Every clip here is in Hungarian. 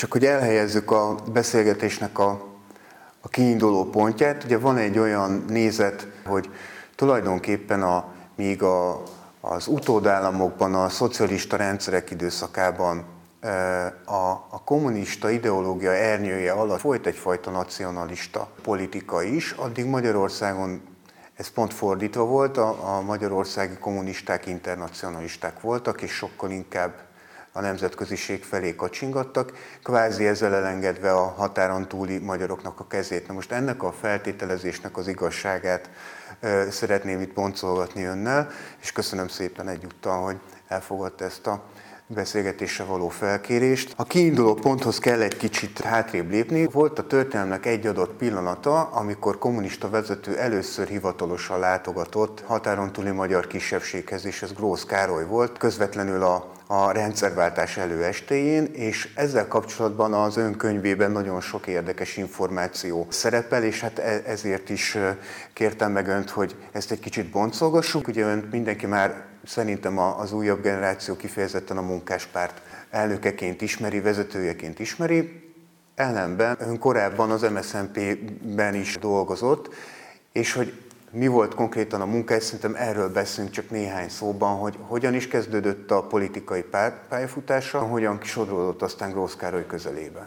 Csak hogy elhelyezzük a beszélgetésnek a kiinduló pontját, ugye van egy olyan nézet, hogy tulajdonképpen míg az utódállamokban, a szocialista rendszerek időszakában a kommunista ideológia ernyője alatt folyt egyfajta nacionalista politika is, addig Magyarországon ez pont fordítva volt, a magyarországi kommunisták internacionalisták voltak, és sokkal inkább a nemzetköziség felé kacsingattak, kvázi ezzel elengedve a határon túli magyaroknak a kezét. Na most ennek a feltételezésnek az igazságát szeretném itt boncolgatni önnel, és köszönöm szépen egyúttal, hogy elfogadta ezt a beszélgetésre való felkérést. A kiinduló ponthoz kell egy kicsit hátrébb lépni. Volt a történelemnek egy adott pillanata, amikor kommunista vezető először hivatalosan látogatott határon túli magyar kisebbséghez, és ez Grósz Károly volt, közvetlenül a rendszerváltás előestéjén, és ezzel kapcsolatban az ön könyvében nagyon sok érdekes információ szerepel, és hát ezért is kértem meg önt, hogy ezt egy kicsit boncolgassuk. Ugye önt mindenki már szerintem az újabb generáció kifejezetten a Munkáspárt elnökeként ismeri, vezetőjeként ismeri. Ellenben ön korábban az MSZNP-ben is dolgozott, és hogy mi volt konkrétan a munka, szerintem erről beszélünk csak néhány szóban, hogy hogyan is kezdődött a politikai pályafutása, hogyan kisodródott aztán Grósz Károly közelébe.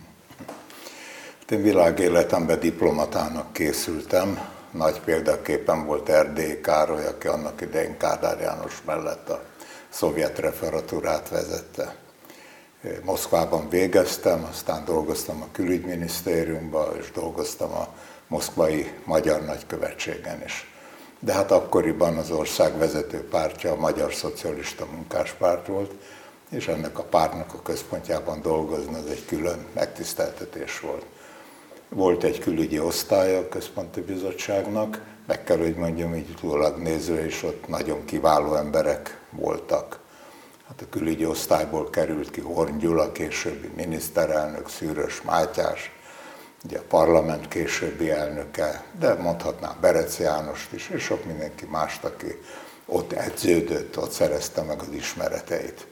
Én világéletemben diplomatának készültem. Nagy példaképpen volt Erdélyi Károly, aki annak idején Kádár János mellett a szovjet referatúrát vezette. Moszkvában végeztem, aztán dolgoztam a külügyminisztériumban, és dolgoztam a moszkvai magyar nagykövetségen is. De hát akkoriban az ország vezető pártja a Magyar Szocialista Munkáspárt volt, és ennek a pártnak a központjában dolgozni az egy külön megtiszteltetés volt. Volt egy külügyi osztálya a központi bizottságnak, meg kell, hogy mondjam, így utólag nézve, és ott nagyon kiváló emberek voltak. Hát a külügyi osztályból került ki Horn Gyula, későbbi miniszterelnök, Szűrös Mátyás, ugye a parlament későbbi elnöke, de mondhatnám Berec Jánost is, és sok mindenki mást, aki ott edződött, ott szerezte meg az ismereteit.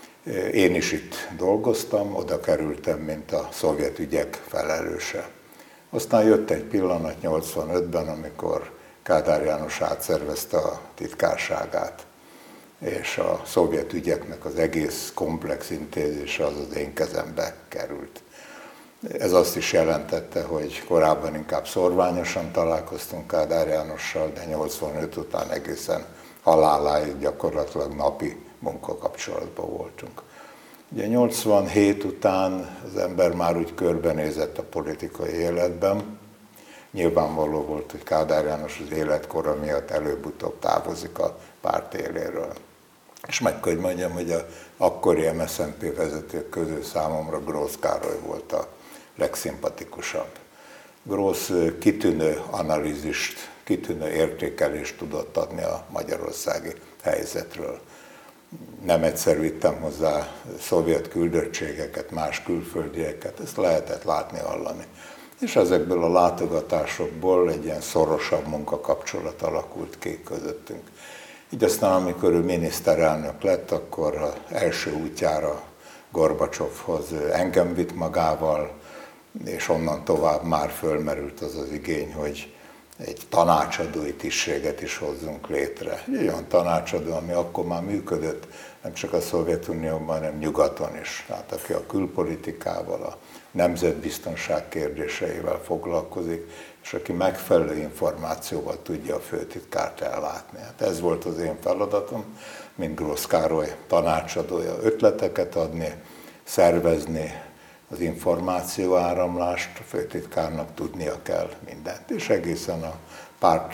Én is itt dolgoztam, oda kerültem, mint a szovjet ügyek felelőse. Aztán jött egy pillanat 85-ben, amikor Kádár János átszervezte a titkárságát, és a szovjet ügyeknek az egész komplex intézése az én kezembe került. Ez azt is jelentette, hogy korábban inkább szorványosan találkoztunk Kádár Jánossal, de 85 után egészen haláláig gyakorlatilag napi munkakapcsolatban voltunk. Ugye 87 után az ember már úgy körbenézett a politikai életben. Nyilvánvaló volt, hogy Kádár János az életkora miatt előbb-utóbb távozik a párt éléről. És meg kell, hogy mondjam, hogy az akkori MSZNP vezetők közül számomra Grósz Károly volt a legszimpatikusabb. Grósz kitűnő analízist, kitűnő értékelést tudott adni a magyarországi helyzetről. Nem egyszer vittem hozzá szovjet küldöttségeket, más külföldieket, ezt lehetett látni, hallani. És ezekből a látogatásokból egy ilyen szorosabb munkakapcsolat alakult ki közöttünk. Így aztán, amikor ő miniszterelnök lett, akkor az első útjára Gorbacsovhoz engem vitt magával, és onnan tovább már fölmerült az az igény, hogy egy tanácsadói tisztséget is hozzunk létre. Egy olyan tanácsadó, ami akkor már működött, nem csak a Szovjetunióban, hanem nyugaton is. Tehát aki a külpolitikával, a nemzetbiztonság kérdéseivel foglalkozik, és aki megfelelő információval tudja a főtitkárt ellátni. Hát ez volt az én feladatom, mint Grósz Károly tanácsadója, ötleteket adni, szervezni az információáramlást, a főtitkárnak tudnia kell mindent, és egészen a párt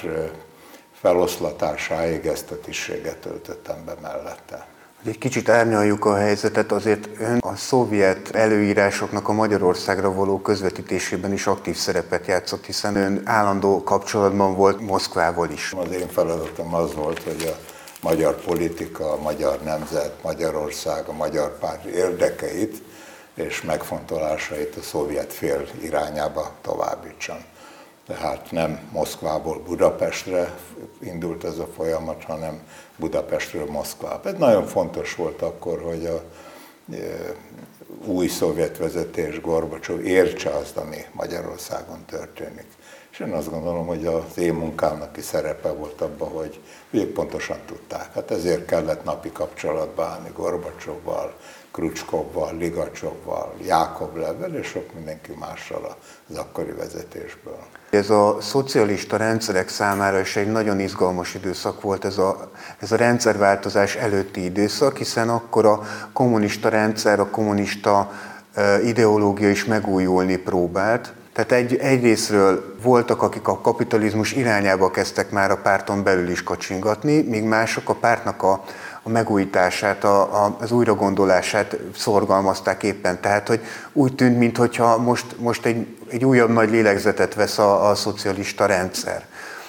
feloszlatásáig ezt a tisztséget töltöttem be mellette. Egy kicsit árnyaljuk a helyzetet, azért ön a szovjet előírásoknak a Magyarországra való közvetítésében is aktív szerepet játszott, hiszen ön állandó kapcsolatban volt Moszkvával is. Az én feladatom az volt, hogy a magyar politika, a magyar nemzet, Magyarország, a magyar párt érdekeit és megfontolásait a szovjet fél irányába továbbítsam. Tehát nem Moszkvából Budapestre indult ez a folyamat, hanem Budapestről Moszkvába. Ez nagyon fontos volt akkor, hogy új szovjet vezetés, Gorbacsov értse azt, ami Magyarországon történik. És én azt gondolom, hogy az én munkámnak is szerepe volt abban, hogy ők pontosan tudták. Hát ezért kellett napi kapcsolatba állni Gorbacsovval, Krucskovval, Ligacsovval, Jákovlevvel és sok mindenki mással az akkori vezetésből. Ez a szocialista rendszerek számára is egy nagyon izgalmas időszak volt ez a rendszerváltozás előtti időszak, hiszen akkor a kommunista rendszer, a kommunista ideológia is megújulni próbált. Tehát egyrészről voltak, akik a kapitalizmus irányába kezdtek már a párton belül is kacsingatni, míg mások a pártnak a megújítását, az újragondolását szorgalmazták éppen. Tehát, hogy úgy tűnt, mintha most egy újabb nagy lélegzetet vesz a szocialista rendszer.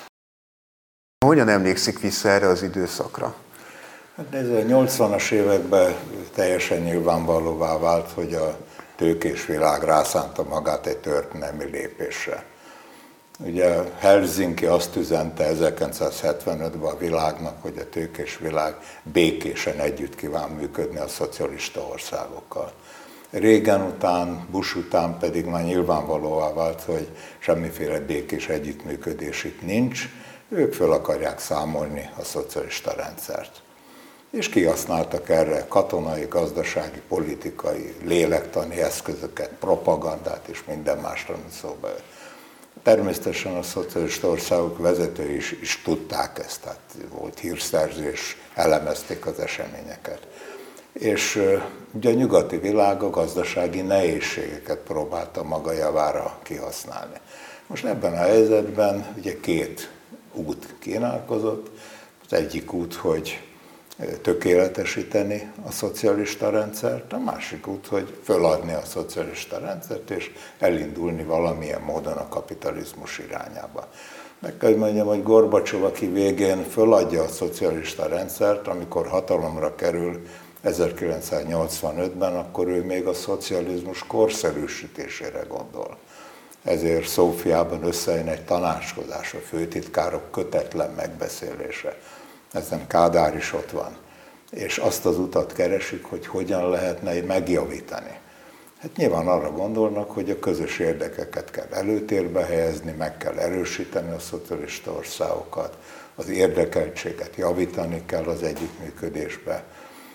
Hogyan emlékszik vissza erre az időszakra? Hát nézd, a 80-as években teljesen nyilvánvalóvá vált, hogy a tőkés világ rászánta magát egy történelmi lépésre. Ugye Helsinki azt üzente 1975-ben a világnak, hogy a tőkés világ békésen együtt kíván működni a szocialista országokkal. Reagan után, Bush után pedig már nyilvánvalóvá vált, hogy semmiféle békés együttműködés itt nincs, ők föl akarják számolni a szocialista rendszert. És kihasználtak erre katonai, gazdasági, politikai, lélektani eszközöket, propagandát és minden más, amit szóba jött. Természetesen a szocialista országok vezetői is tudták ezt, tehát volt hírszerzés, elemezték az eseményeket. És ugye a nyugati világ a gazdasági nehézségeket próbálta maga javára kihasználni. Most ebben a helyzetben ugye két út kínálkozott. Az egyik út, hogy tökéletesíteni a szocialista rendszert, a másik út, hogy föladni a szocialista rendszert, és elindulni valamilyen módon a kapitalizmus irányába. Meg kell mondjam, hogy Gorbacsov, aki végén föladja a szocialista rendszert, amikor hatalomra kerül 1985-ben, akkor ő még a szocializmus korszerűsítésére gondol. Ezért Szófiában összejön egy tanácskozás, a főtitkárok kötetlen megbeszélése. Ezen Kádár is ott van. És azt az utat keresik, hogy hogyan lehetne megjavítani. Hát nyilván arra gondolnak, hogy a közös érdekeket kell előtérbe helyezni, meg kell erősíteni a szocialista országokat, az érdekeltséget javítani kell az együttműködésbe.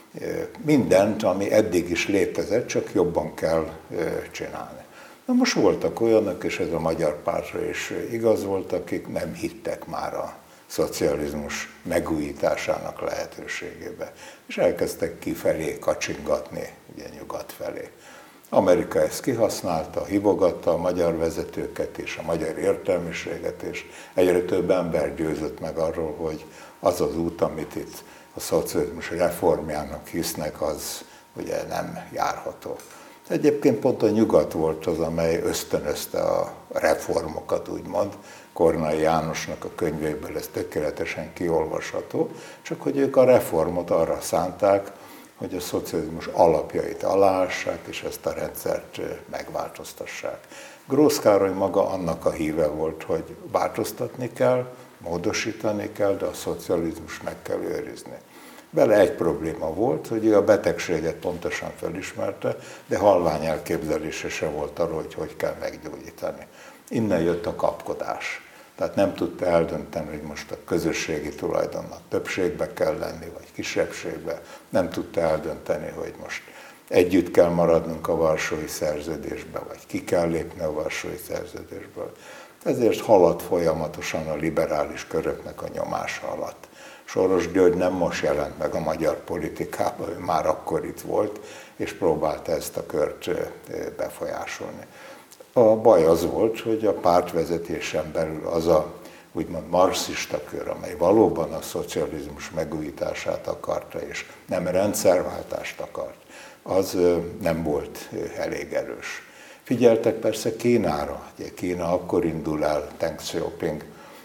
Mindent, ami eddig is létezett, csak jobban kell csinálni. Na most voltak olyanok, és ez a magyar pártra is igaz volt, akik nem hittek már a szocializmus megújításának lehetőségébe. És elkezdtek kifelé kacsingatni, ugye nyugat felé. Amerika ezt kihasználta, hívogatta a magyar vezetőket és a magyar értelmiséget, és egyre több ember győzött meg arról, hogy az az út, amit itt a szocializmus reformjának hisznek, az ugye nem járható. Egyébként pont a nyugat volt az, amely ösztönözte a reformokat, úgymond. Kornai Jánosnak a könyvéből ez tökéletesen kiolvasható, csak hogy ők a reformot arra szánták, hogy a szocializmus alapjait aláássák, és ezt a rendszert megváltoztassák. Grósz Károly maga annak a híve volt, hogy változtatni kell, módosítani kell, de a szocializmus meg kell őrizni. Vele egy probléma volt, hogy ő a betegséget pontosan felismerte, de halvány elképzelése se volt arról, hogy kell meggyógyítani. Innen jött a kapkodás. Tehát nem tudta eldönteni, hogy most a közösségi tulajdonnak többségbe kell lenni, vagy kisebbségbe. Nem tudta eldönteni, hogy most együtt kell maradnunk a Varsói Szerződésbe, vagy ki kell lépni a Varsói Szerződésből. Ezért haladt folyamatosan a liberális köröknek a nyomása alatt. Soros György nem most jelent meg a magyar politikában, ő már akkor itt volt, és próbálta ezt a kört befolyásolni. A baj az volt, hogy a pártvezetésen belül az a úgymond marxista kör, amely valóban a szocializmus megújítását akarta, és nem rendszerváltást akart, az nem volt elég erős. Figyeltek persze Kínára, ugye Kína akkor indul el Deng Xiaoping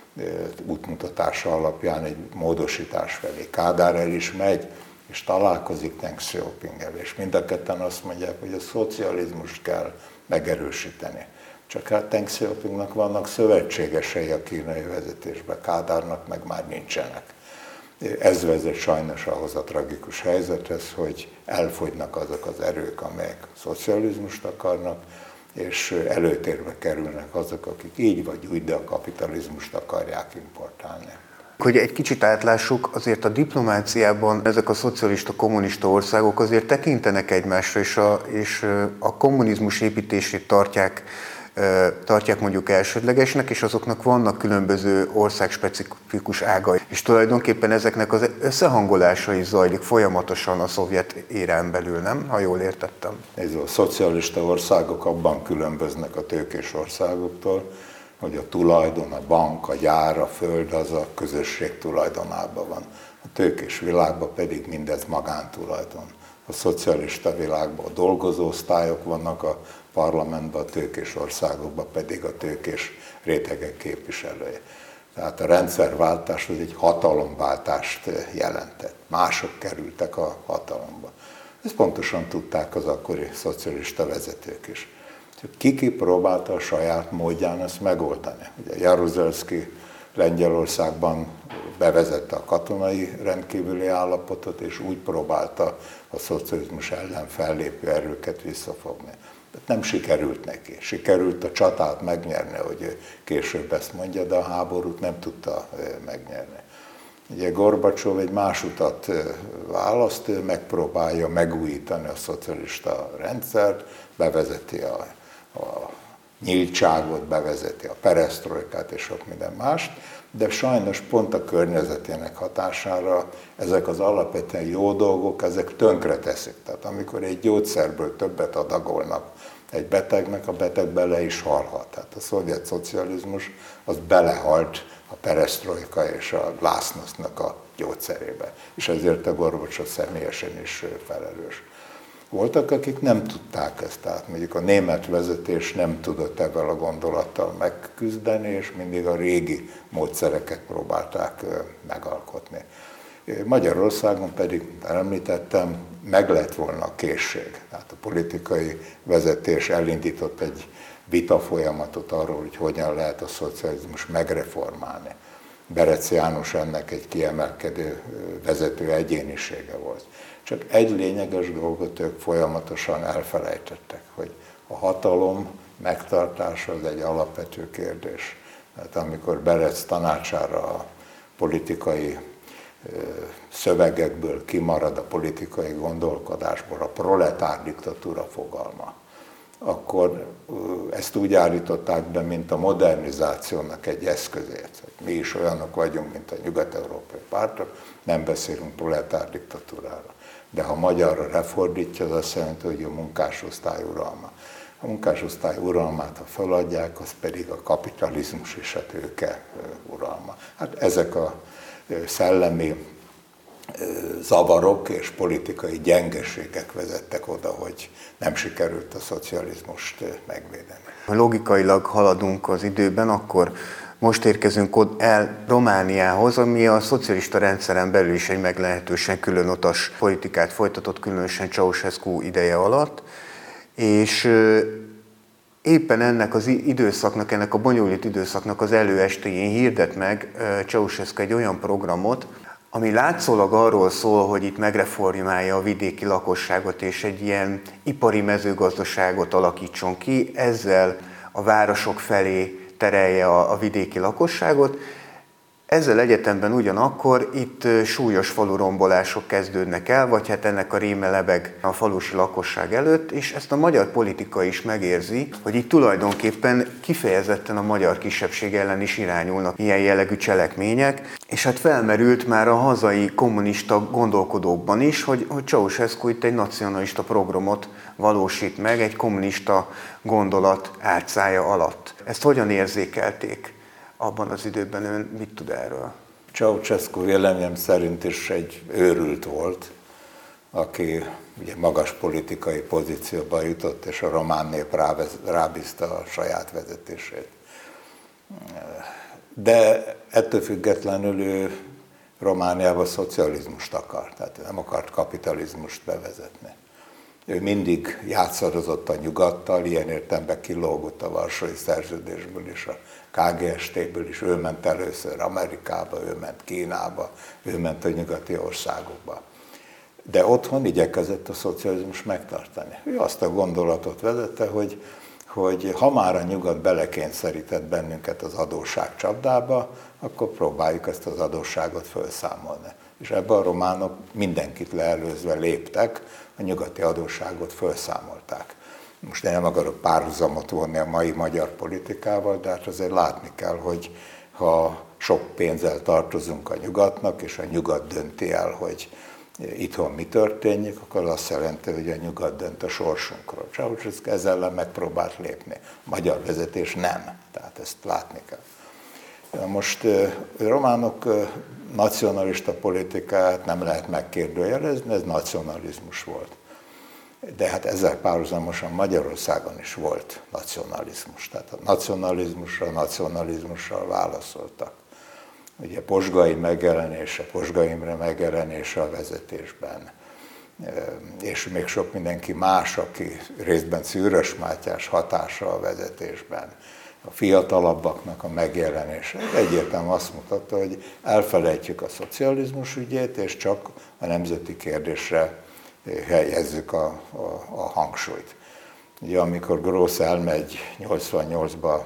útmutatása alapján egy módosítás felé. Kádár el is megy, és találkozik Deng Xiaopinggel, és mind a ketten azt mondják, hogy a szocializmust kell megerősíteni. Csak hát Deng Xiaopingnak vannak szövetségesei a kínai vezetésben, Kádárnak meg már nincsenek. Ez vezet sajnos ahhoz a tragikus helyzethez, hogy elfogynak azok az erők, amelyek szocializmust akarnak, és előtérbe kerülnek azok, akik így vagy úgy, de a kapitalizmust akarják importálni. Hogy egy kicsit átlássuk, azért a diplomáciában ezek a szocialista, kommunista országok azért tekintenek egymásra, és a kommunizmus építését tartják mondjuk elsődlegesnek, és azoknak vannak különböző országspecifikus ágai. És tulajdonképpen ezeknek az összehangolása is zajlik folyamatosan a szovjet érán belül, nem? Ha jól értettem. A szocialista országok abban különböznek a tőkés országoktól, hogy a tulajdon, a bank, a gyár, a föld az a közösség tulajdonában van. A tőkés világban pedig mindez magántulajdon. A szocialista világban a dolgozó osztályok vannak, a parlamentben, a tőkés országokban pedig a tőkés rétegek képviselője. Tehát a rendszerváltás az egy hatalomváltást jelentett. Mások kerültek a hatalomba. Ezt pontosan tudták az akkori szocialista vezetők is. Ki próbálta a saját módján ezt megoldani. Ugye Jaruzelszky Lengyelországban bevezette a katonai rendkívüli állapotot, és úgy próbálta a szocializmus ellen fellépő erőket visszafogni. De nem sikerült neki. Sikerült a csatát megnyerni, hogy ő később ezt mondja, de a háborút nem tudta megnyerni. Ugye Gorbacsov egy más utat választ, ő megpróbálja megújítani a szocialista rendszert, bevezeti a nyíltságot, bevezeti a peresztrojkát és sok minden mást, de sajnos pont a környezetének hatására ezek az alapvetően jó dolgok, ezek tönkre teszik. Tehát amikor egy gyógyszerből többet adagolnak egy betegnek, a beteg bele is halhat. Tehát a szovjet szocializmus az belehalt a peresztrojka és a glásznosznak a gyógyszerébe. És ezért a Gorbacsov személyesen is felelős. Voltak, akik nem tudták ezt, tehát mondjuk a német vezetés nem tudott ezzel a gondolattal megküzdeni, és mindig a régi módszereket próbálták megalkotni. Magyarországon pedig, említettem, meg lett volna a készség. Tehát a politikai vezetés elindított egy vita folyamatot arról, hogy hogyan lehet a szocializmus megreformálni. Berec János ennek egy kiemelkedő vezető egyénisége volt. Csak egy lényeges dolgot ők folyamatosan elfelejtettek, hogy a hatalom megtartása az egy alapvető kérdés. Tehát amikor Berec tanácsára a politikai szövegekből kimarad a politikai gondolkodásból a proletár diktatúra fogalma, akkor ezt úgy állították be, mint a modernizációnak egy eszközét. Mi is olyanok vagyunk, mint a nyugat-európai pártok, nem beszélünk proletár diktatúrára. De ha magyarra lefordítja, az azt jelenti, hogy a munkásosztály uralma. A munkásosztály uralmát, ha feladják, az pedig a kapitalizmus és a tőke uralma. Hát ezek a szellemi zavarok és politikai gyengeségek vezettek oda, hogy nem sikerült a szocializmust megvédeni. Ha logikailag haladunk az időben, akkor most érkezünk el Romániához, ami a szocialista rendszeren belül is egy meglehetősen különutas politikát folytatott, különösen Ceausescu ideje alatt, és éppen ennek az időszaknak, ennek a bonyolult időszaknak az előestéjén hirdet meg Ceausescu egy olyan programot, ami látszólag arról szól, hogy itt megreformálja a vidéki lakosságot és egy ilyen ipari mezőgazdaságot alakítson ki, ezzel a városok felé terelje a vidéki lakosságot. Ezzel egyetemben ugyanakkor itt súlyos falurombolások kezdődnek el, vagy hát ennek a réme lebeg a falusi lakosság előtt, és ezt a magyar politika is megérzi, hogy itt tulajdonképpen kifejezetten a magyar kisebbség ellen is irányulnak ilyen jellegű cselekmények, és hát felmerült már a hazai kommunista gondolkodókban is, hogy Ceausescu itt egy nacionalista programot valósít meg egy kommunista gondolat álcája alatt. Ezt hogyan érzékelték abban az időben? Ön mit tud erről? Ceausescu véleményem szerint is egy őrült volt, aki ugye magas politikai pozícióba jutott, és a román nép rábízta a saját vezetését. De ettől függetlenül ő Romániában szocializmust akart, tehát nem akart kapitalizmust bevezetni. Ő mindig játszadozott a nyugattal, ilyen értelemben kilógott a Varsói Szerződésből is, a KGST-ből is. Ő ment először Amerikába, ő ment Kínába, ő ment a nyugati országokba. De otthon igyekezett a szocializmus megtartani. Ő azt a gondolatot vezette, hogy ha már a nyugat belekényszerített bennünket az adósság csapdába, akkor próbáljuk ezt az adósságot felszámolni. És ebben a románok mindenkit leelőzve léptek, a nyugati adósságot felszámolták. Most én nem akarok párhuzamot vonni a mai magyar politikával, de hát azért látni kell, hogy ha sok pénzzel tartozunk a nyugatnak, és a nyugat dönti el, hogy itthon mi történik, akkor azt jelenti, hogy a nyugat dönt a sorsunkról. Ceausescu ezzel ellen megpróbált lépni. A magyar vezetés nem. Tehát ezt látni kell. Most a románok nacionalista politikáját nem lehet megkérdőjelezni, ez nacionalizmus volt. De hát ezzel párhuzamosan Magyarországon is volt nacionalizmus. Tehát a nacionalizmussal válaszoltak. Ugye Pozsgai megjelenése, Pozsgai Imre megjelenése a vezetésben, és még sok mindenki más, aki részben Szűrös Mátyás hatása a vezetésben, a fiatalabbaknak a megjelenése. Egyértelműen azt mutatta, hogy elfelejtjük a szocializmus ügyét, és csak a nemzeti kérdésre helyezzük a hangsúlyt. Ugye amikor Gross elmegy 88-ba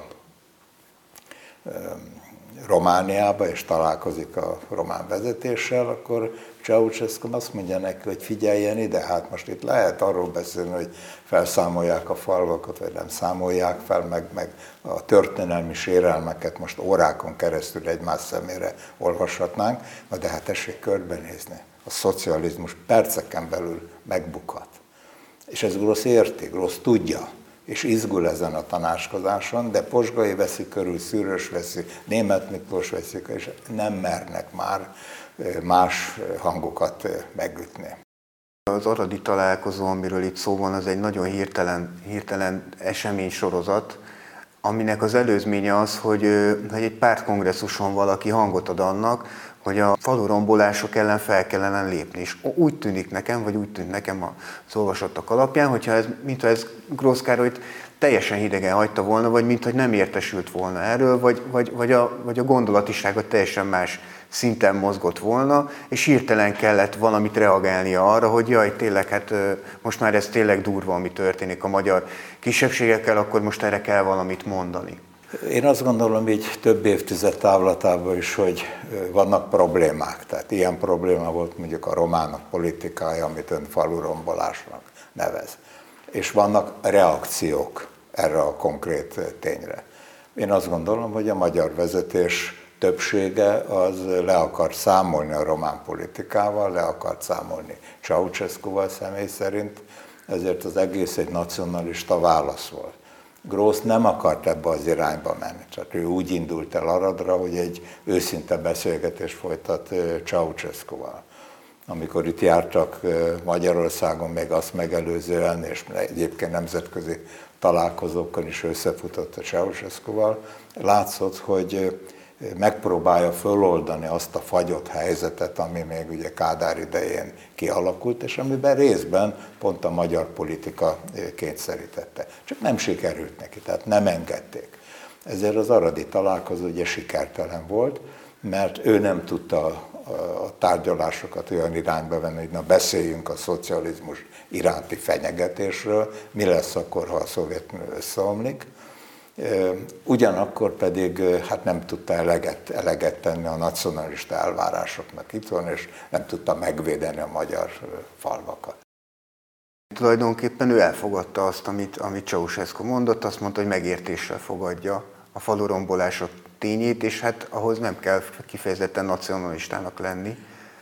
Romániába, és találkozik a román vezetéssel, akkor Ceausescu azt mondja neki, hogy figyeljen ide, hát most itt lehet arról beszélni, hogy felszámolják a falvakat, vagy nem számolják fel, meg a történelmi sérelmeket most órákon keresztül egymás szemére olvashatnánk, de hát tessék körbenézni. A szocializmus perceken belül megbukhat. És ez Gross érti, Gross tudja, és izgul ezen a tanácskozáson, de Pozsgai veszi körül, Szűrös veszi, Németh Miklós veszi, és nem mernek már más hangokat megütni. Az aradi találkozó, amiről itt szó van, az egy nagyon hirtelen eseménysorozat, aminek az előzménye az, hogy egy pártkongresszuson valaki hangot ad annak, hogy a falurombolások ellen fel kellene lépni. És úgy tűnik nekem, vagy úgy tűnt nekem az olvasottak alapján, mintha ez Gross Károlyt teljesen hidegen hagyta volna, vagy mintha nem értesült volna erről, vagy a gondolatisága teljesen más szinten mozgott volna, és hirtelen kellett valamit reagálnia arra, hogy jaj, tényleg, hát most már ez tényleg durva, ami történik a magyar kisebbségekkel, akkor most erre kell valamit mondani. Én azt gondolom így több évtized távlatában is, hogy vannak problémák. Tehát ilyen probléma volt mondjuk a románok politikája, amit ön falurombolásnak nevez. És vannak reakciók erre a konkrét tényre. Én azt gondolom, hogy a magyar vezetés többsége az le akar számolni a román politikával, le akart számolni Ceausescuval személy szerint, ezért az egész egy nacionalista válasz volt. Gross nem akart ebbe az irányba menni, csak ő úgy indult el Aradra, hogy egy őszinte beszélgetést folytat Ceausescuval. Amikor itt jártak Magyarországon még azt megelőzően, és egyébként nemzetközi találkozókon is összefutott a Ceausescuval, látszott, hogy megpróbálja föloldani azt a fagyott helyzetet, ami még ugye Kádár idején kialakult, és amiben részben pont a magyar politika kényszerítette. Csak nem sikerült neki, tehát nem engedték. Ezért az aradi találkozó ugye sikertelen volt, mert ő nem tudta a tárgyalásokat olyan irányba venni, hogy na beszéljünk a szocializmus iránti fenyegetésről, mi lesz akkor, ha a Szovjetunió összeomlik. Ugyanakkor pedig hát nem tudta eleget tenni a nacionalista elvárásoknak itthon, és nem tudta megvédeni a magyar falvakat. Tulajdonképpen ő elfogadta azt, amit Ceausescu mondott, azt mondta, hogy megértéssel fogadja a falurombolások tényét, és hát ahhoz nem kell kifejezetten nacionalistának lenni,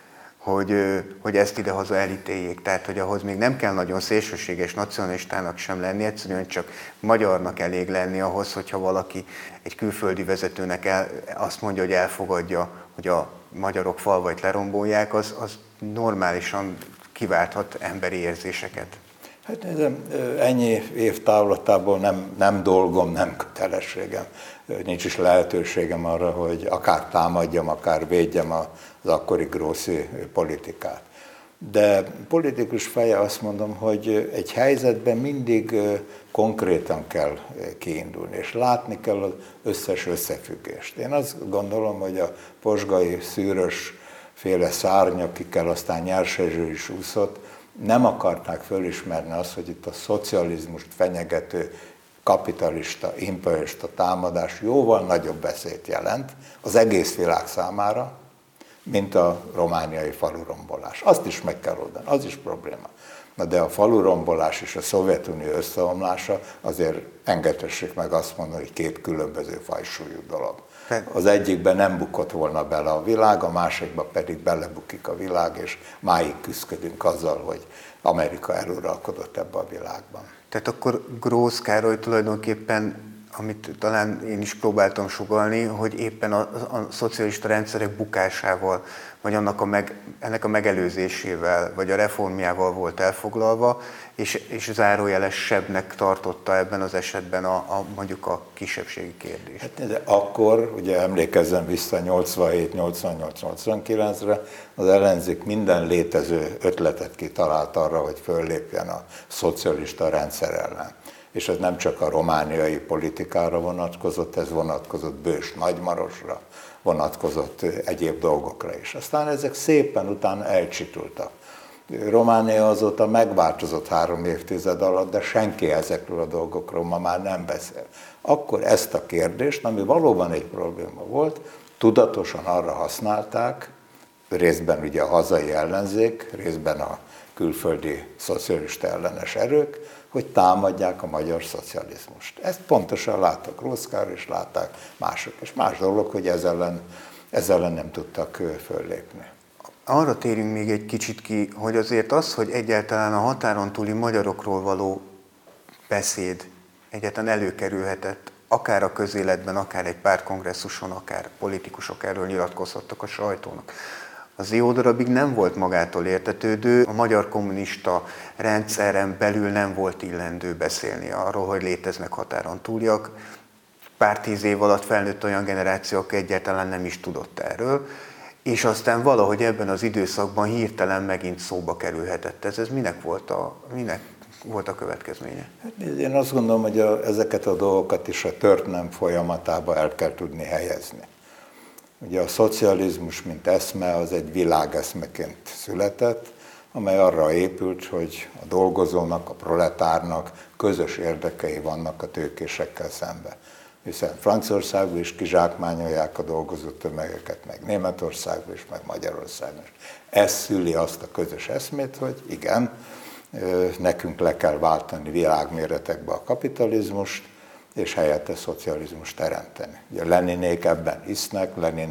hogy ezt idehaza elítéljék. Tehát, hogy ahhoz még nem kell nagyon szélsőséges nacionalistának sem lenni, egyszerűen csak magyarnak elég lenni ahhoz, hogyha valaki egy külföldi vezetőnek azt mondja, hogy elfogadja, hogy a magyarok falvait lerombolják, az normálisan kiválthat emberi érzéseket. Hát ennyi év távlatából nem dolgom, nem kötelességem, nincs is lehetőségem arra, hogy akár támadjam, akár védjem az akkori Grossi politikát. De politikus feje azt mondom, hogy egy helyzetben mindig konkrétan kell kiindulni, és látni kell az összes összefüggést. Én azt gondolom, hogy a pozsgai szűrös féle szárny, akikkel aztán Nyerses is úszott, nem akarták fölismerni azt, hogy itt a szocializmust fenyegető kapitalista, imperialista támadás jóval nagyobb veszélyt jelent az egész világ számára, mint a romániai falurombolás. Azt is meg kell oldani, az is probléma. Na de a falurombolás és a Szovjetunió összeomlása azért engedhessék meg azt mondani, hogy két különböző fajsúlyú dolog. Az egyikben nem bukott volna bele a világ, a másikban pedig belebukik a világ, és máig küzdködünk azzal, hogy Amerika eluralkodott ebbe a világban. Tehát akkor Grósz Károly tulajdonképpen, amit talán én is próbáltam sugallni, hogy éppen a szocialista rendszerek bukásával, vagy ennek a megelőzésével, vagy a reformjával volt elfoglalva, és zárójelesebbnek tartotta ebben az esetben mondjuk a kisebbségi kérdést. Hát, de akkor, ugye emlékezzem vissza 87-88-89-re, az ellenzék minden létező ötletet kitalált arra, hogy föllépjen a szocialista rendszer ellen. És ez nem csak a romániai politikára vonatkozott, ez vonatkozott Bős Nagymarosra, vonatkozott egyéb dolgokra is. Aztán ezek szépen utána elcsitultak. Románia azóta megváltozott 3 évtized alatt, de senki ezekről a dolgokról ma már nem beszél. Akkor ezt a kérdést, ami valóban egy probléma volt, tudatosan arra használták, részben ugye a hazai ellenzék, részben a külföldi szocialista ellenes erők, hogy támadják a magyar szocializmust. Ezt pontosan láttak Grósz Károly, és látták mások. És más dolog, hogy ezzel ellen nem tudtak föllépni. Arra térjünk még egy kicsit ki, hogy azért az, hogy egyáltalán a határon túli magyarokról való beszéd egyáltalán előkerülhetett, akár a közéletben, akár egy pártkongresszuson, akár politikusok erről nyilatkozhattak a sajtónak. Az jó darabig nem volt magától értetődő, a magyar kommunista rendszeren belül nem volt illendő beszélni arról, hogy léteznek határon túliak. Pár 10 év alatt felnőtt olyan generáció, aki egyáltalán nem is tudott erről, és aztán valahogy ebben az időszakban hirtelen megint szóba kerülhetett. Ez minek volt a következménye? Én azt gondolom, hogy ezeket a dolgokat is a történelem folyamatába el kell tudni helyezni. Ugye a szocializmus, mint eszme, az egy világeszmeként született, amely arra épült, hogy a dolgozónak, a proletárnak közös érdekei vannak a tőkésekkel szemben. Hiszen Franciaországban is kizsákmányolják a dolgozó tömegeket, meg Németországban is, meg Magyarországon is. Ez szüli azt a közös eszmét, hogy igen, nekünk le kell váltani világméretekbe a kapitalizmust, és helyette szocializmus teremteni. Ugye Leninék ebben hisznek, Lenin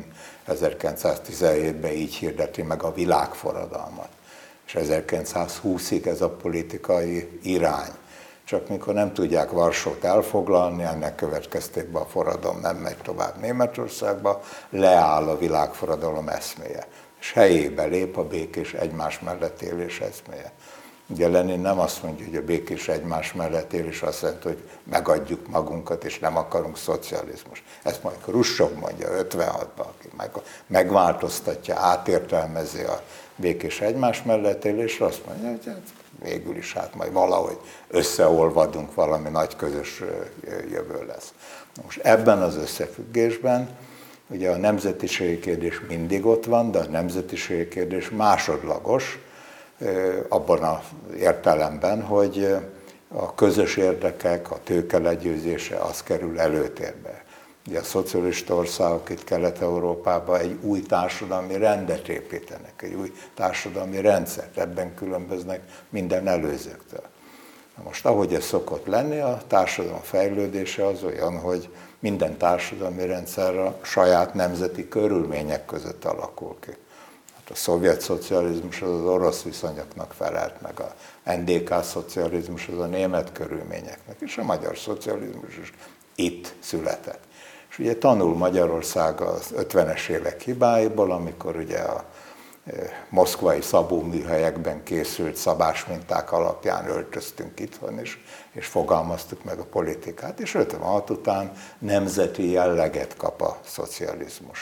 1917-ben így hirdeti meg a világforradalmat. És 1920-ig ez a politikai irány. Csak mikor nem tudják Varsót elfoglalni, ennek következtében a forradalom nem megy tovább Németországba, leáll a világforradalom eszméje. És helyébe lép a békés egymás mellett élés eszméje. Ugye Lenin nem azt mondja, hogy a békés egymás mellett élés azt jelenti, hogy megadjuk magunkat, és nem akarunk szocializmus. Ezt majd Hruscsov mondja 56-ban, aki megváltoztatja, átértelmezi a békés egymás mellett élésre, azt mondja, hogy hát végül is hát majd valahogy összeolvadunk, valami nagy közös jövő lesz. Most ebben az összefüggésben ugye a nemzetiségi kérdés mindig ott van, de a nemzetiségi kérdés másodlagos, abban az értelemben, hogy a közös érdekek, a tőke legyőzése az kerül előtérbe. Ugye a szocialista országok itt Kelet-Európában egy új társadalmi rendet építenek, egy új társadalmi rendszert, ebben különböznek minden előzőktől. Na most ahogy ez szokott lenni, a társadalom fejlődése az olyan, hogy minden társadalmi rendszer a saját nemzeti körülmények között alakul ki. A szovjet szocializmus az orosz viszonyoknak felelt meg, a NDK szocializmus az a német körülményeknek, és a magyar szocializmus is itt született. És ugye tanul Magyarország az 50-es évek hibáiból, amikor ugye a moszkvai szabóműhelyekben készült szabásminták alapján öltöztünk itthon is, és fogalmaztuk meg a politikát, és 56 után nemzeti jelleget kap a szocializmus.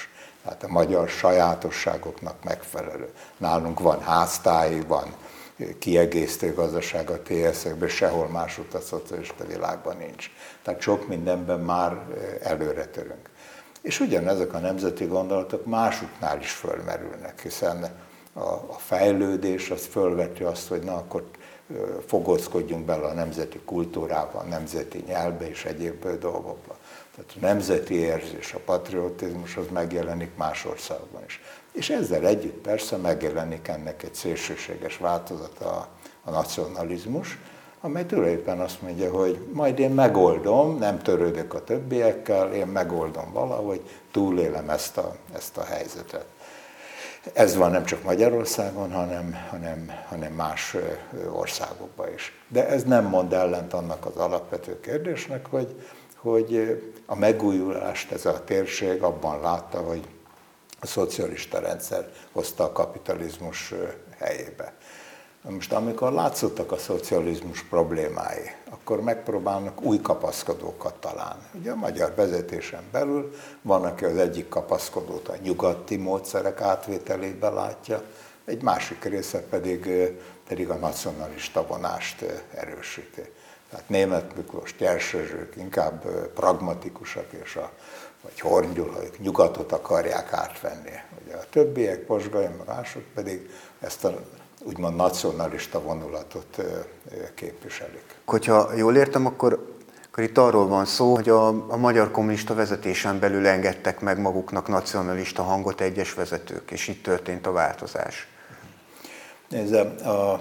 tehát a magyar sajátosságoknak megfelelő. Nálunk van háztáj, van kiegészítő gazdaság a TSZ-ekben, sehol másutt a szocialista világban nincs. Tehát sok mindenben már előre törünk. És ugyanezek a nemzeti gondolatok másuknál is fölmerülnek, hiszen a fejlődés az fölveti azt, hogy na akkor fogózkodjunk bele a nemzeti kultúrába, a nemzeti nyelvbe és egyéb dolgokba. Tehát a nemzeti érzés, a patriotizmus az megjelenik más országban is. És ezzel együtt persze megjelenik ennek egy szélsőséges változata, a nacionalizmus, amely tulajdonképpen azt mondja, hogy majd én megoldom, nem törődök a többiekkel, én megoldom valahogy, túlélem ezt a helyzetet. Ez van nem csak Magyarországon, hanem más országokban is. De ez nem mond ellent annak az alapvető kérdésnek, hogy a megújulást ez a térség abban látta, hogy a szocialista rendszer hozta a kapitalizmus helyébe. Most amikor látszottak a szocializmus problémái, akkor megpróbálnak új kapaszkodókat találni. Ugye a magyar vezetésen belül van, aki az egyik kapaszkodót a nyugati módszerek átvételébe látja, egy másik része pedig a nacionalista vonást erősíti. Tehát Németh Miklós, Nyers-Erzsők inkább pragmatikusak, vagy Horn Gyula, ők nyugatot akarják átvenni. Ugye a többiek, Pozsgai, mások pedig ezt a úgymond nacionalista vonulatot képviselik. Hogyha jól értem, akkor itt arról van szó, hogy a magyar kommunista vezetésen belül engedtek meg maguknak nacionalista hangot egyes vezetők, és itt történt a változás. Nézd, a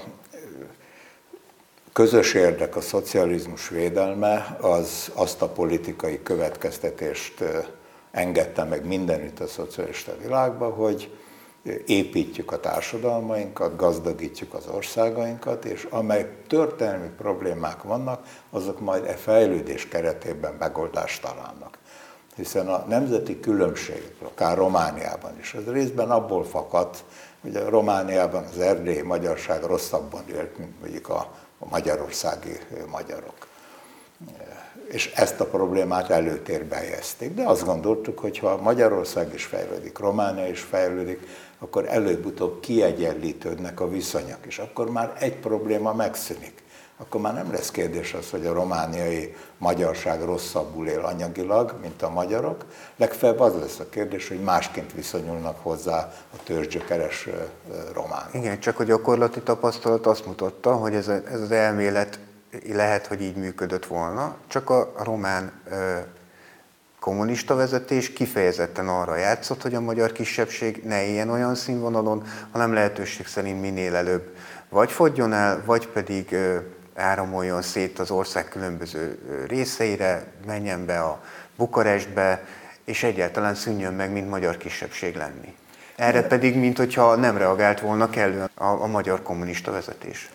közös érdek, a szocializmus védelme, az azt a politikai következtetést engedte meg mindenütt a szocialista világban, hogy építjük a társadalmainkat, gazdagítjuk az országainkat, és amely történelmi problémák vannak, azok majd e fejlődés keretében megoldást találnak. Hiszen a nemzeti különbség, akár Romániában is, az részben abból fakadt, hogy a Romániában az erdélyi magyarság rosszabban élt, mint mondjuk a magyarországi magyarok. És ezt a problémát előtérbe helyezték. De azt gondoltuk, hogy ha Magyarország is fejlődik, Románia is fejlődik, akkor előbb-utóbb kiegyenlítődnek a viszonyok, és akkor már egy probléma megszűnik. Akkor már nem lesz kérdés az, hogy a romániai magyarság rosszabbul él anyagilag, mint a magyarok. Legfeljebb az lesz a kérdés, hogy másként viszonyulnak hozzá a törzsgyökeres románok. Igen, csak a gyakorlati tapasztalat azt mutatta, hogy ez az elmélet lehet, hogy így működött volna, csak a román kommunista vezetés kifejezetten arra játszott, hogy a magyar kisebbség ne éljen olyan színvonalon, hanem lehetőség szerint minél előbb vagy fogjon el, vagy pedig áramoljon szét az ország különböző részeire, menjen be a Bukarestbe, és egyáltalán szűnjön meg, mint magyar kisebbség lenni. Erre pedig, minthogyha nem reagált volna kellően a magyar kommunista vezetés.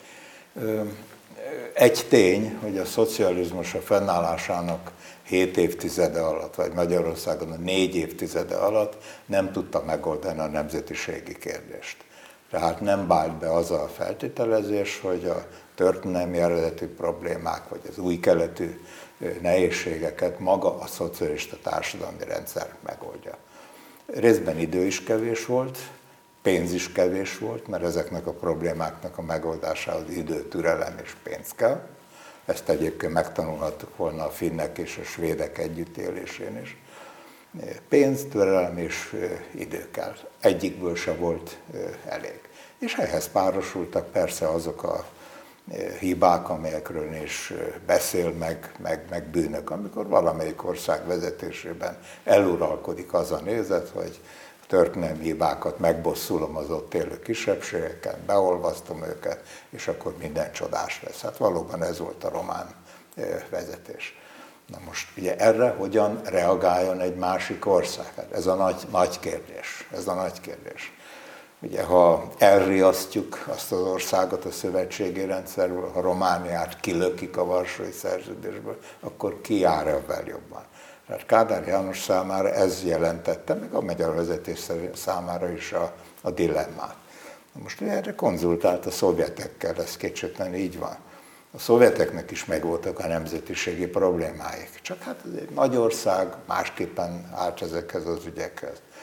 Egy tény, hogy a szocializmus a fennállásának 7 évtizede alatt, vagy Magyarországon a 4 évtizede alatt nem tudta megoldani a nemzetiségi kérdést. Tehát nem vált be az a feltételezés, hogy a történelmi eredetű problémák, vagy az új keletű nehézségeket maga a szocialista társadalmi rendszer megoldja. Részben idő is kevés volt, pénz is kevés volt, mert ezeknek a problémáknak a megoldásához idő, türelem és pénz kell. Ezt egyébként megtanulhattuk volna a finnek és a svédek együttélésén is. Pénz, türelem és idő kell. Egyikből se volt elég. És ehhez párosultak persze azok a hibák, amelyekről is beszél, meg bűnök, amikor valamelyik ország vezetésében eluralkodik az a nézet, hogy történelmi hibákat megbosszulom az ott élő kisebbségeken, beolvasztom őket, és akkor minden csodás lesz. Hát valóban ez volt a román vezetés. Na most ugye erre hogyan reagáljon egy másik ország? Hát ez a nagy kérdés. Ez a nagy kérdés. Ugye, ha elriasztjuk azt az országot a szövetségi rendszerből, ha Romániát kilökik a Varsói Szerződésből, akkor ki jár ebben jobban? Tehát Kádár János számára ez jelentette, meg a magyar vezetés számára is a dilemmát. Na most erre konzultált a szovjetekkel, ez kétségtelen így van. A szovjeteknek is megvoltak a nemzetiségi problémáik, csak hát ez egy nagy ország, másképpen állt ezekhez az ügyekhez.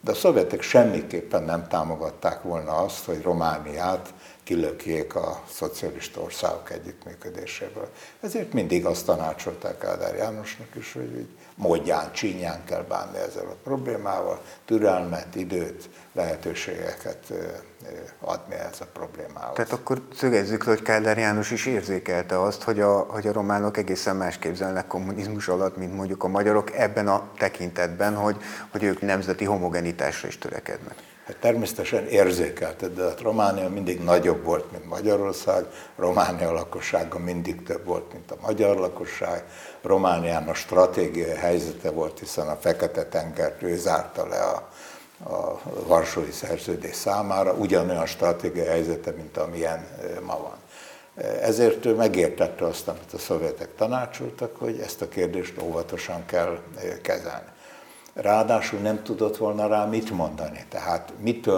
De a szovjetek semmiképpen nem támogatták volna azt, hogy Romániát kilökjék a szocialista országok együttműködéséből. Ezért mindig azt tanácsolták Kádár Jánosnak is, hogy módján, csínyán kell bánni ezzel a problémával, türelmet, időt, lehetőségeket adni ehhez a problémához. Tehát akkor szögezzük le, hogy Kádár János is érzékelte azt, hogy a románok egészen más képzelnek kommunizmus alatt, mint mondjuk a magyarok ebben a tekintetben, hogy ők nemzeti homogenitásra is törekednek. Hát természetesen érzékelte, de Románia mindig nagyobb volt, mint Magyarország, Románia lakossága mindig több volt, mint a magyar lakosság. Romániának stratégiai helyzete volt, hiszen a Fekete-tengert ő zárta le a Varsói Szerződés számára, ugyanolyan stratégiai helyzete, mint amilyen ma van. Ezért ő megértette azt, amit a szovjetek tanácsoltak, hogy ezt a kérdést óvatosan kell kezelni. Ráadásul nem tudott volna rá mit mondani, tehát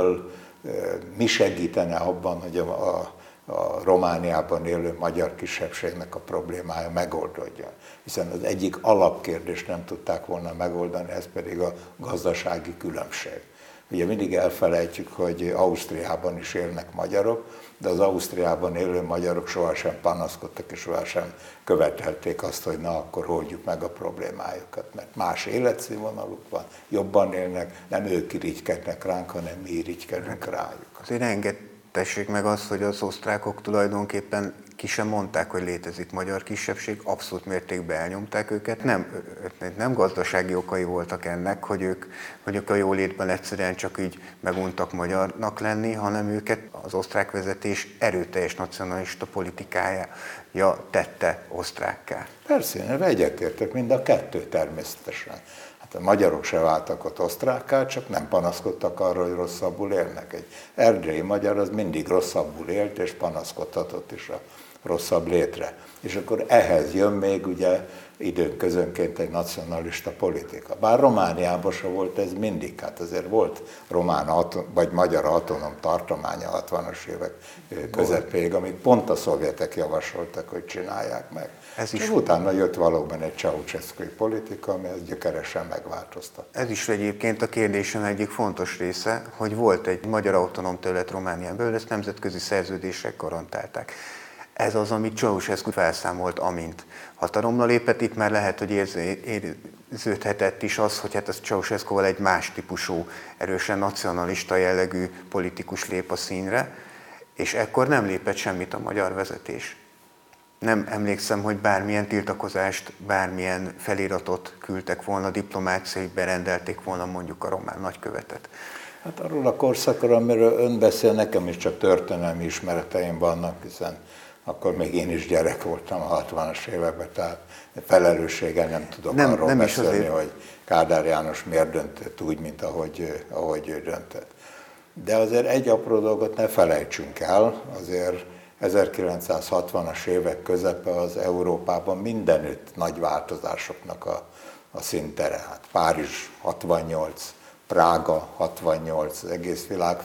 mi segítene abban, hogy a Romániában élő magyar kisebbségnek a problémája megoldódjon. Hiszen az egyik alapkérdést nem tudták volna megoldani, ez pedig a gazdasági különbség. Ugye mindig elfelejtjük, hogy Ausztriában is élnek magyarok, de az Ausztriában élő magyarok sohasem panaszkodtak és sohasem követelték azt, hogy na, akkor oldjuk meg a problémájukat, mert más életszínvonaluk van, jobban élnek, nem ők irigykednek ránk, hanem mi irigykedünk rájuk. Azért engedtessék meg azt, hogy az osztrákok tulajdonképpen ki sem mondták, hogy létezik magyar kisebbség, abszolút mértékben elnyomták őket. Nem gazdasági okai voltak ennek, hogy ők a jólétben egyszerűen csak így meguntak magyarnak lenni, hanem őket az osztrák vezetés erőteljes nacionalista politikája tette osztrákká. Persze, én egyetértek, mind a kettő természetesen. Hát a magyarok se váltak ott osztrákká, csak nem panaszkodtak arra, hogy rosszabbul élnek. Egy erdélyi magyar az mindig rosszabbul élt, és panaszkodhatott is a rosszabb létre. És akkor ehhez jön még ugye időnközönként egy nacionalista politika. Bár Romániában se volt ez mindig, hát azért volt vagy magyar autonóm tartománya a 60-as évek közepéig, amit pont a szovjetek javasoltak, hogy csinálják meg. És utána jött valóban egy Ceausescu politika, ami ezt gyökeresen megváltoztatta. Ez is egyébként a kérdésem egyik fontos része, hogy volt egy magyar autonóm terület Románián belül, ezt nemzetközi szerződések garantálták. Ez az, amit Ceausescu felszámolt, amint hatalomra lépett. Itt már lehet, hogy érződhetett is az, hogy hát ez Ceausescuval egy más típusú, erősen nacionalista jellegű politikus lép a színre, és ekkor nem lépett semmit a magyar vezetés. Nem emlékszem, hogy bármilyen tiltakozást, bármilyen feliratot küldtek volna, diplomáciai berendelték volna mondjuk a román nagykövetet. Hát arról a korszakról, amiről ön beszél, nekem is csak történelmi ismereteim vannak, hiszen akkor még én is gyerek voltam a 60-as években, tehát felelősséggel nem tudok arról beszélni, hogy Kádár János miért döntött úgy, mint ahogy ő döntött. De azért egy apró dolgot ne felejtsünk el, azért 1960-as évek közepe az Európában mindenütt nagy változásoknak a színtere. Hát Párizs 68, Prága 68, az egész világ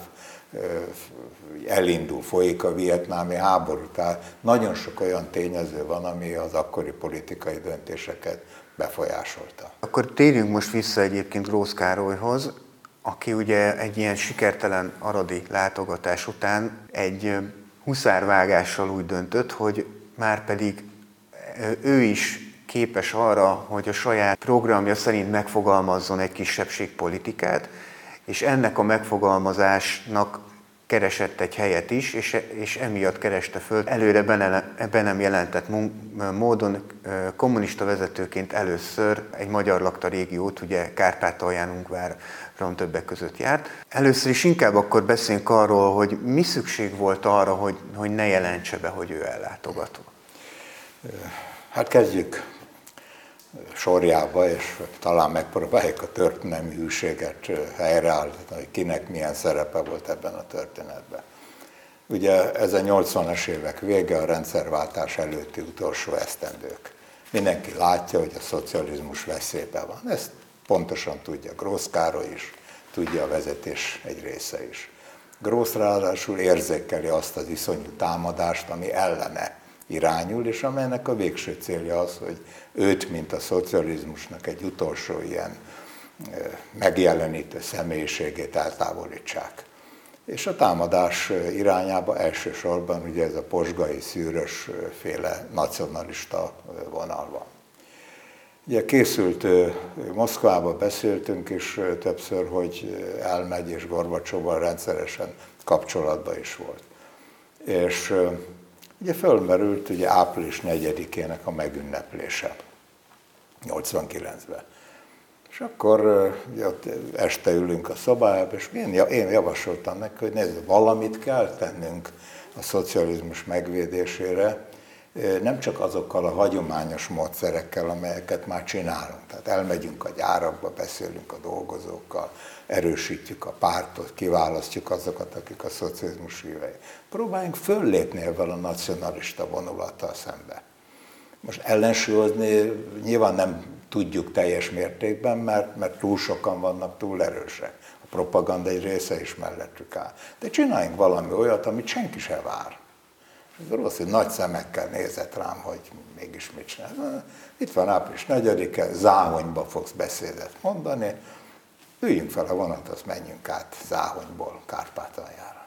elindul, folyik a vietnámi háború, tehát nagyon sok olyan tényező van, ami az akkori politikai döntéseket befolyásolta. Akkor térjünk most vissza egyébként Grósz Károlyhoz, aki ugye egy ilyen sikertelen aradi látogatás után egy huszárvágással úgy döntött, hogy már pedig ő is képes arra, hogy a saját programja szerint megfogalmazzon egy kisebbségpolitikát, és ennek a megfogalmazásnak keresett egy helyet is, és emiatt kereste föl előre be nem jelentett módon kommunista vezetőként először egy magyar lakta régiót, ugye Kárpátalján, Ungváron többek között járt. Először is inkább akkor beszéljünk arról, hogy mi szükség volt arra, hogy ne jelentse be, hogy ő ellátogató. Hát kezdjük sorjába, és talán megpróbáljuk a történelmi hűséget helyreállítani, hogy kinek milyen szerepe volt ebben a történetben. Ugye ez a 80-as évek vége, a rendszerváltás előtti utolsó esztendők. Mindenki látja, hogy a szocializmus veszélyben van. Ezt pontosan tudja Grósz Károly is, tudja a vezetés egy része is. Grósz ráadásul érzékeli azt az iszonyú támadást, ami ellene irányul, és amelynek a végső célja az, hogy őt, mint a szocializmusnak egy utolsó ilyen megjelenítő személyiségét eltávolítsák. És a támadás irányába elsősorban ugye ez a posgai szűrös féle nacionalista vonal van. Ugye készült, Moszkvába beszéltünk is többször, hogy elmegy, és Gorbacsovval rendszeresen kapcsolatban is volt. És ugye fölmerült ugye április 4-ének a megünneplése, 89-ben. És akkor ugye, ott este ülünk a szobájában, és én javasoltam neki, hogy nézd, valamit kell tennünk a szocializmus megvédésére, nem csak azokkal a hagyományos módszerekkel, amelyeket már csinálunk. Tehát elmegyünk a gyárakba, beszélünk a dolgozókkal, erősítjük a pártot, kiválasztjuk azokat, akik a szocializmus hívei. Próbáljunk föllépni ezzel a nacionalista vonulattal szembe. Most ellensúlyozni nyilván nem tudjuk teljes mértékben, mert túl sokan vannak, túl erősek. A propaganda egy része is mellettük áll. De csináljunk valami olyat, amit senki se vár. Ez rossz, hogy nagy szemekkel nézett rám, hogy mégis mit csinál. Itt van április 4-e, Záhonyba fogsz beszédet mondani, üljünk fel a vonathoz, menjünk át Záhonyból Kárpátaljára.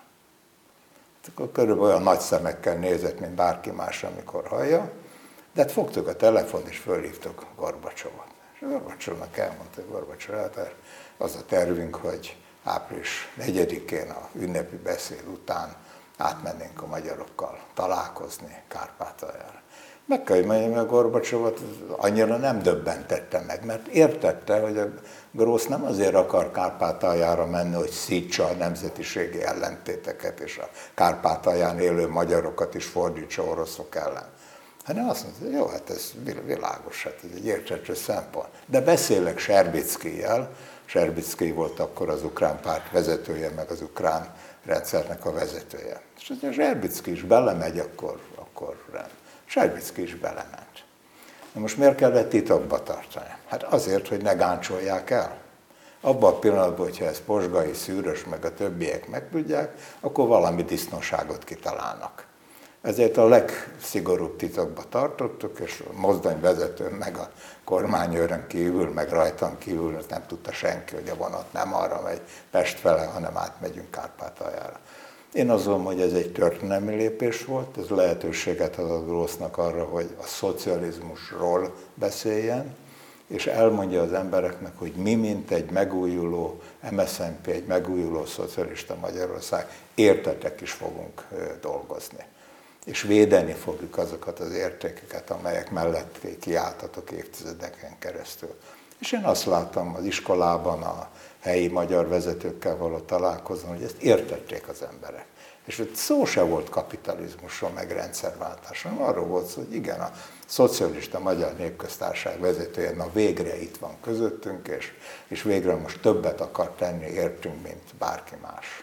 Akkor körülbelül olyan nagy szemekkel nézett, mint bárki más, amikor hallja, de hát fogtuk a telefon, és fölhívtuk Gorbacsovot. És a Gorbacsovnak elmondta, hogy Gorbacsov, hát az a tervünk, hogy április 4-én a ünnepi beszéd után átmennénk a magyarokkal találkozni Kárpátaljára. Meg kell, hogy mondjam, hogy a Gorbacsovot annyira nem döbbentette meg, mert értette, hogy a Grósz nem azért akar Kárpátaljára menni, hogy szítsa a nemzetiségi ellentéteket, és a Kárpátalján élő magyarokat is fordítsa oroszok ellen. Hanem azt mondta, hogy jó, hát ez világos, hát ez egy érthető szempont. De beszélek Serbickijjel, Serbicki volt akkor az ukrán párt vezetője, meg az ukrán rendszernek a vezetője. És ha Serbicki is belemegy, akkor rend. Serbicki is belement. Na most miért kellett titokba tartani? Hát azért, hogy ne gáncsolják el. Abban a pillanatban, hogyha ez Posgai, Szűrös, meg a többiek megtudják, akkor valami disznóságot kitalálnak. Ezért a legszigorúbb titokba tartottuk, és a mozdonyvezetőn, meg a kormányőrön kívül, meg rajtam kívül nem tudta senki, hogy a vonat nem arra megy Pest fele, hanem átmegyünk Kárpátaljára. Én azt gondolom, hogy ez egy történelmi lépés volt, ez lehetőséget ad a Grósznak arra, hogy a szocializmusról beszéljen, és elmondja az embereknek, hogy mi, mint egy megújuló MSZNP, egy megújuló szocialista Magyarország, értetek is fogunk dolgozni. És védeni fogjuk azokat az értékeket, amelyek mellett kiálltatok évtizedeken keresztül. És én azt láttam az iskolában, a helyi magyar vezetőkkel való találkozón, hogy ezt értették az emberek. És hogy szó se volt kapitalizmusról, meg rendszerváltásról, arról volt szó, hogy igen, a szocialista Magyar Népköztársaság vezetője, na végre itt van közöttünk, és végre most többet akar tenni értünk, mint bárki más.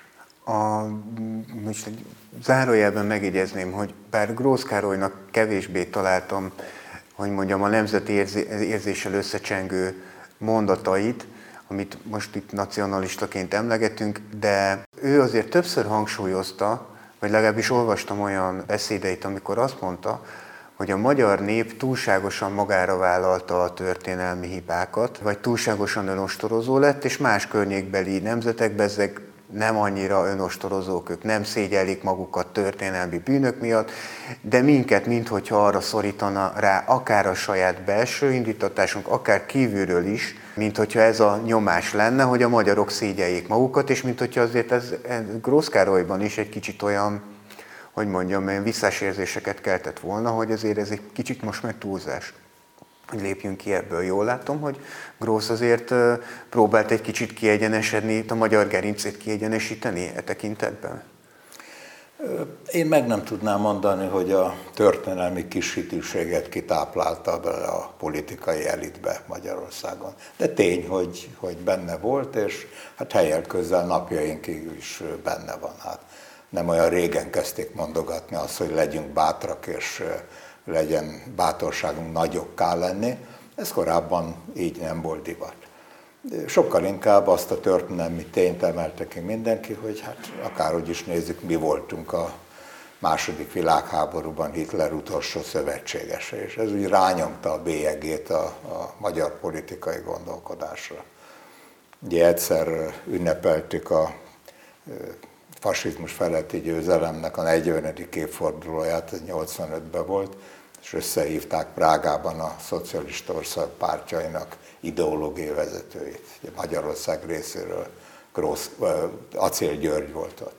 Most egy zárójelben megjegyezném, hogy bár Grósz Károlynak kevésbé találtam, hogy mondjam, a nemzeti érzéssel összecsengő mondatait, amit most itt nacionalistaként emlegetünk, de ő azért többször hangsúlyozta, vagy legalábbis olvastam olyan beszédeit, amikor azt mondta, hogy a magyar nép túlságosan magára vállalta a történelmi hibákat, vagy túlságosan önostorozó lett, és más környékbeli nemzetekben ezek nem annyira önostorozók, ők nem szégyellik magukat történelmi bűnök miatt, de minket, minthogyha arra szorítana rá akár a saját belső indítatásunk, akár kívülről is, minthogyha ez a nyomás lenne, hogy a magyarok szégyeljék magukat, és minthogyha azért ez Grósz Károlyban is egy kicsit olyan, hogy mondjam, visszasérzéseket keltett volna, hogy azért ez egy kicsit most meg túlzás, hogy lépjünk ki ebből. Jól látom, hogy Grósz azért próbált egy kicsit kiegyenesedni, a magyar gerincét kiegyenesíteni e tekintetben? Én meg nem tudnám mondani, hogy a történelmi kishitűséget kitáplálta bele a politikai elitbe Magyarországon. De tény, hogy benne volt, és hát helyel közel napjainkig is benne van. Hát nem olyan régen kezdték mondogatni azt, hogy legyünk bátrak, és legyen bátorságunk nagyokká lenni. Ez korábban így nem volt divat. Sokkal inkább azt a történelmi tényt emelte ki mindenki, hogy hát akárhogy is nézzük, mi voltunk a II. Világháborúban Hitler utolsó szövetségese, és ez úgy rányomta a bélyegét a magyar politikai gondolkodásra. Ugye egyszer ünnepeltük a fasizmus feletti győzelemnek a 40. évfordulóját, ez 85-ben volt, és összehívták Prágában a Szocialista Ország pártjainak ideológiai vezetőit. Ugye Magyarország részéről Acél György volt ott.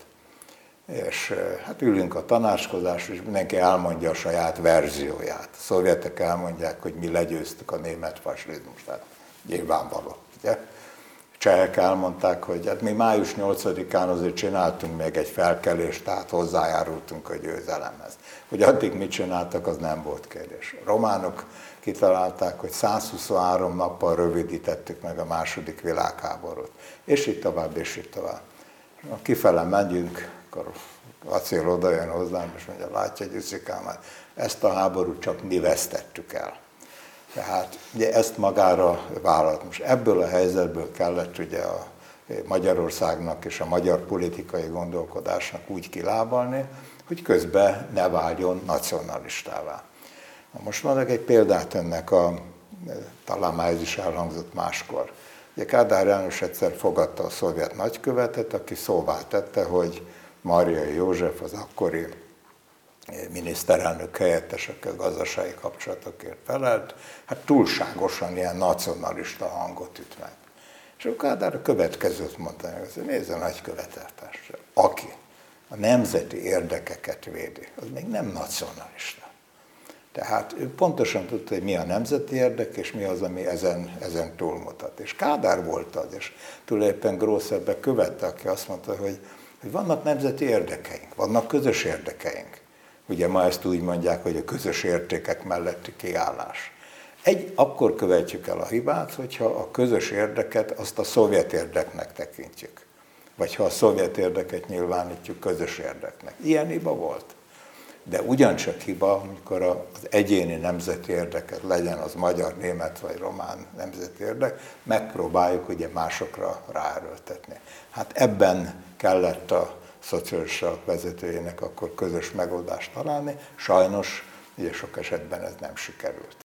És hát ülünk a tanácskozásra, és mindenki elmondja a saját verzióját. A szovjetek elmondják, hogy mi legyőztük a német fasizmust, tehát nyilvánvaló, ugye? Csehek elmondták, hogy hát mi május 8-án azért csináltunk még egy felkelést, tehát hozzájárultunk a győzelemhez. Hogy addig mit csináltak, az nem volt kérdés. A románok kitalálták, hogy 123 nappal rövidítettük meg a második világháborút. És így tovább, és így tovább. Kifele megyünk, akkor Acél odajön hozzám, és mondja, látja, Gyuszikám, ezt a háborút csak mi vesztettük el. Tehát ugye ezt magára vállalt. Most ebből a helyzetből kellett ugye a Magyarországnak és a magyar politikai gondolkodásnak úgy kilábalni, hogy közben ne váljon nacionalistává. Most mondok egy példát ennek, talán már ez is elhangzott máskor. Ugye Kádár János egyszer fogadta a szovjet nagykövetet, aki szóvá tette, hogy Marjai József az akkori miniszterelnök helyettes, aki a gazdasági kapcsolatokért felelt, hát túlságosan ilyen nacionalista hangot üt meg. És akkor Kádár a következőt mondta, hogy nézze nagyköveteltárs, aki a nemzeti érdekeket védi, az még nem nacionalista. Tehát ő pontosan tudta, hogy mi a nemzeti érdek, és mi az, ami ezen túlmutat. És Kádár volt az, és tulajdonképpen Grósz ebbe követte, aki azt mondta, hogy vannak nemzeti érdekeink, vannak közös érdekeink. Ugye ma ezt úgy mondják, hogy a közös értékek melletti kiállás. Akkor követjük el a hibát, hogyha a közös érdeket azt a szovjet érdeknek tekintjük. Vagy ha a szovjet érdeket nyilvánítjuk közös érdeknek. Ilyen hiba volt. De ugyancsak hiba, amikor az egyéni nemzeti érdeket, legyen az magyar, német vagy román nemzeti érdek, megpróbáljuk ugye másokra ráerőltetni. Hát ebben kellett a szocialista vezetőjének akkor közös megoldást találni, sajnos ugye sok esetben ez nem sikerült.